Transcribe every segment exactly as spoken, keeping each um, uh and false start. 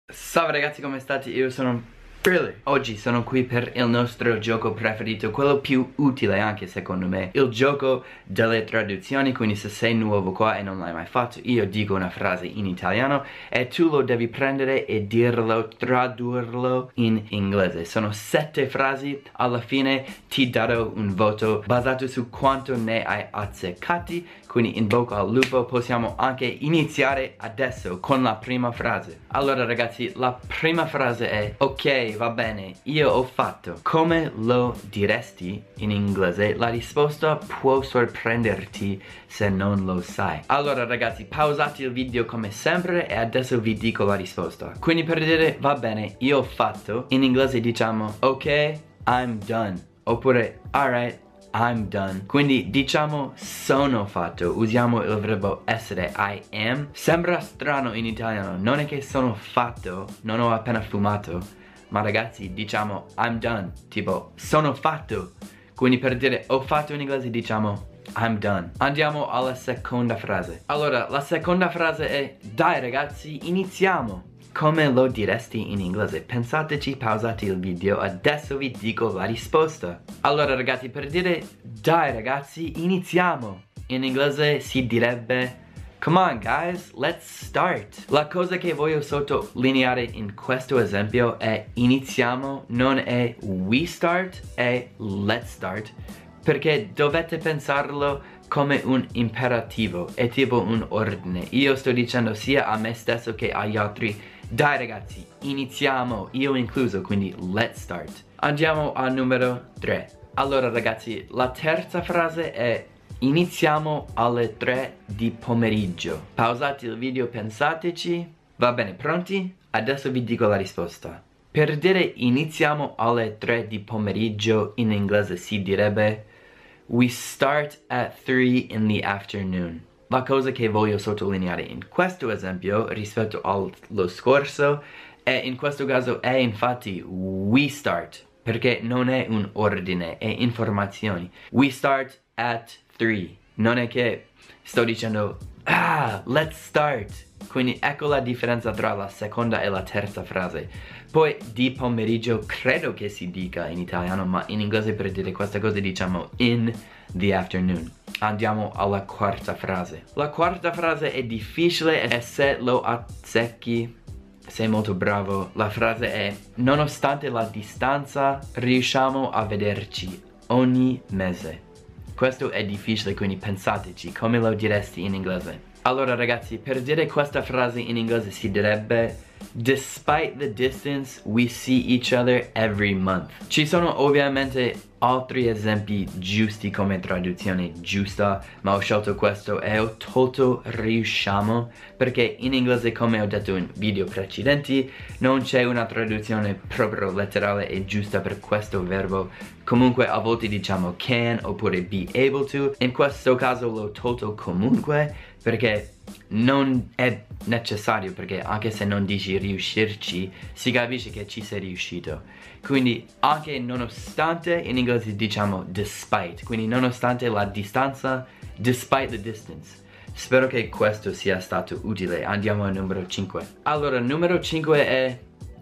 Salve ragazzi, come state? Io sono Brilli. Oggi sono qui per il nostro gioco preferito, quello più utile anche secondo me, il gioco delle traduzioni. Quindi se sei nuovo qua e non l'hai mai fatto, io dico una frase in italiano e tu lo devi prendere e dirlo, tradurlo in inglese. Sono sette frasi, alla fine ti darò un voto basato su quanto ne hai azzeccati. Quindi in bocca al lupo. Possiamo anche iniziare adesso con la prima frase. Allora ragazzi, la prima frase è: ok, va bene, io ho fatto. Come lo diresti in inglese? La risposta può sorprenderti se non lo sai. Allora ragazzi, pausate il video come sempre e adesso vi dico la risposta. Quindi per dire va bene, io ho fatto, in inglese diciamo ok, I'm done. Oppure alright, I'm done. Quindi diciamo sono fatto, usiamo il verbo essere, I am. Sembra strano in italiano, non è che sono fatto, non ho appena fumato, ma ragazzi diciamo I'm done, tipo sono fatto. Quindi per dire ho fatto in inglese diciamo I'm done. Andiamo alla seconda frase. Allora la seconda frase è: dai ragazzi, iniziamo. Come lo diresti in inglese? Pensateci, pausate il video, adesso vi dico la risposta. Allora ragazzi, per dire dai ragazzi, iniziamo, in inglese si direbbe come on guys, let's start. La cosa che voglio sottolineare in questo esempio è iniziamo, non è we start, è let's start, perché dovete pensarlo come un imperativo, è tipo un ordine. Io sto dicendo sia a me stesso che agli altri: dai ragazzi, iniziamo, io incluso, quindi let's start. Andiamo al numero tre. Allora ragazzi, la terza frase è: iniziamo alle tre di pomeriggio. Pausate il video, pensateci. Va bene, pronti? Adesso vi dico la risposta. Per dire iniziamo alle tre di pomeriggio in inglese si direbbe we start at three in the afternoon. La cosa che voglio sottolineare in questo esempio rispetto allo scorso è in questo caso è infatti we start, perché non è un ordine, è informazioni. We start at three. Non è che sto dicendo ah, let's start. Quindi ecco la differenza tra la seconda e la terza frase. Poi di pomeriggio credo che si dica in italiano, ma in inglese per dire questa cosa diciamo in the afternoon. Andiamo alla quarta frase. La quarta frase è difficile e se lo azzecchi sei molto bravo. La frase è: nonostante la distanza riusciamo a vederci ogni mese. Questo è difficile, quindi pensateci, come lo diresti in inglese? Allora ragazzi, per dire questa frase in inglese si direbbe despite the distance we see each other every month. Ci sono ovviamente altri esempi giusti come traduzione giusta, ma ho scelto questo e ho tolto riusciamo perché in inglese, come ho detto in video precedenti, non c'è una traduzione proprio letterale e giusta per questo verbo. Comunque a volte diciamo can oppure be able to. In questo caso l'ho tolto comunque perché non è necessario, perché anche se non dici riuscirci si capisce che ci sei riuscito. Quindi anche nonostante in inglese diciamo despite, quindi nonostante la distanza, despite the distance. Spero che questo sia stato utile. Andiamo al numero cinque. Allora numero cinque è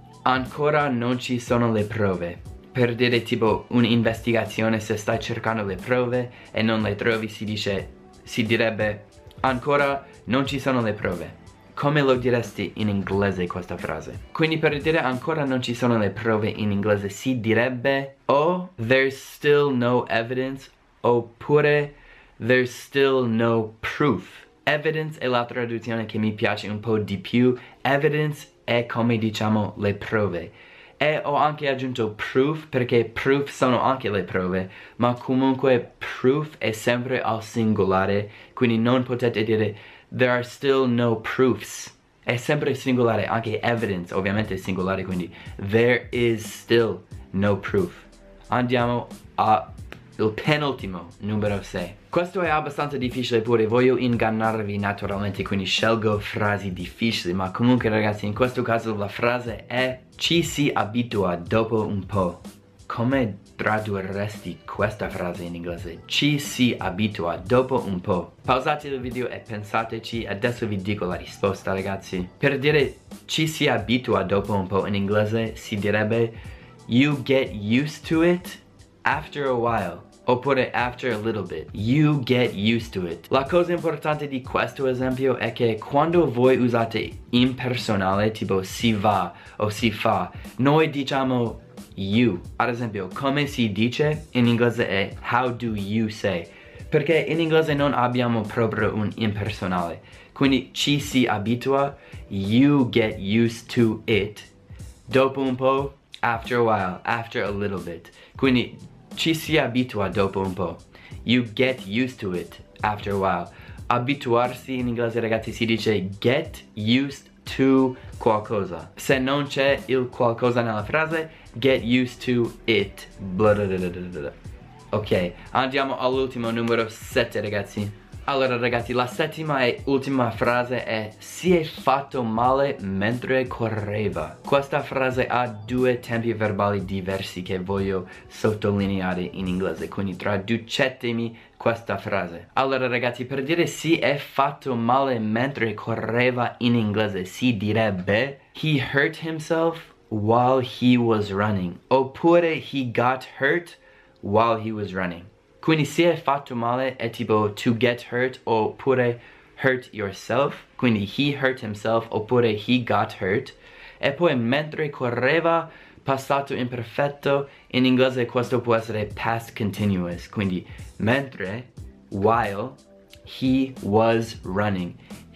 ancora non ci sono le prove. Per dire tipo un'investigazione, se stai cercando le prove e non le trovi si dice, si direbbe ancora non ci sono le prove. Come lo diresti in inglese questa frase? Quindi per dire ancora non ci sono le prove in inglese si direbbe oh, there's still no evidence, oppure there's still no proof. Evidence è la traduzione che mi piace un po' di più. Evidence è come diciamo le prove. E ho anche aggiunto proof perché proof sono anche le prove, ma comunque proof è sempre al singolare, quindi non potete dire there are still no proofs. È sempre singolare, anche evidence ovviamente è singolare, quindi there is still no proof. Andiamo al penultimo, numero sei. Questo è abbastanza difficile pure, voglio ingannarvi naturalmente, quindi scelgo frasi difficili, ma comunque ragazzi in questo caso la frase è ci si abitua dopo un po'. come tradurresti questa frase in inglese? Ci si abitua dopo un po'. Pausate il video e pensateci, adesso vi dico la risposta, ragazzi. Per dire ci si abitua dopo un po' in inglese si direbbe you get used to it after a while. Oppure after a little bit. You get used to it. La cosa importante di questo esempio è che quando voi usate impersonale tipo si va o si fa, noi diciamo you. Ad esempio, come si dice in inglese è how do you say? Perché in inglese non abbiamo proprio un impersonale. Quindi ci si abitua, you get used to it. Dopo un po', after a while, after a little bit. Quindi ci si abitua dopo un po'. You get used to it after a while. Abituarsi in inglese, ragazzi, si dice get used to qualcosa. Se non c'è il qualcosa nella frase, get used to it. Blah, blah, blah, blah, blah. Ok, andiamo all'ultimo, numero sette, ragazzi. Allora, ragazzi, la settima e ultima frase è si è fatto male mentre correva. Questa frase ha due tempi verbali diversi che voglio sottolineare in inglese, quindi traducetemi questa frase. Allora, ragazzi, per dire si è fatto male mentre correva in inglese si direbbe he hurt himself while he was running. Oppure he got hurt while he was running. Quindi si è fatto male è tipo to get hurt oppure hurt yourself. Quindi he hurt himself oppure he got hurt. E poi mentre correva, passato imperfetto, in inglese questo può essere past continuous. Quindi mentre, while, he was running.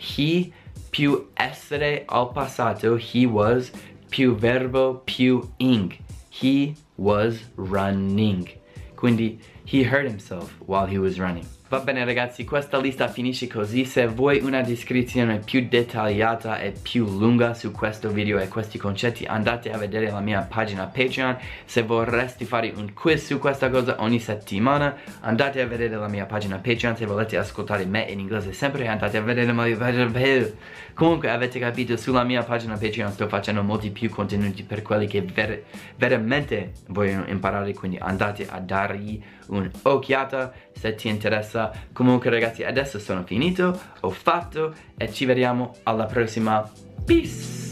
He più essere al passato, he was, più verbo più ing. He was running. Quindi he hurt himself while he was running. Va bene, ragazzi, questa lista finisce così. Se vuoi una descrizione più dettagliata e più lunga su questo video e questi concetti, andate a vedere la mia pagina Patreon. Se vorresti fare un quiz su questa cosa ogni settimana, andate a vedere la mia pagina Patreon. Se volete ascoltare me in inglese sempre, andate a vedere la mia pagina Patreon. Comunque avete capito, sulla mia pagina Patreon sto facendo molti più contenuti per quelli che ver veramente vogliono imparare, quindi andate a dargli un'occhiata se ti interessa. Comunque, ragazzi, adesso sono finito, ho fatto e ci vediamo alla prossima. Peace!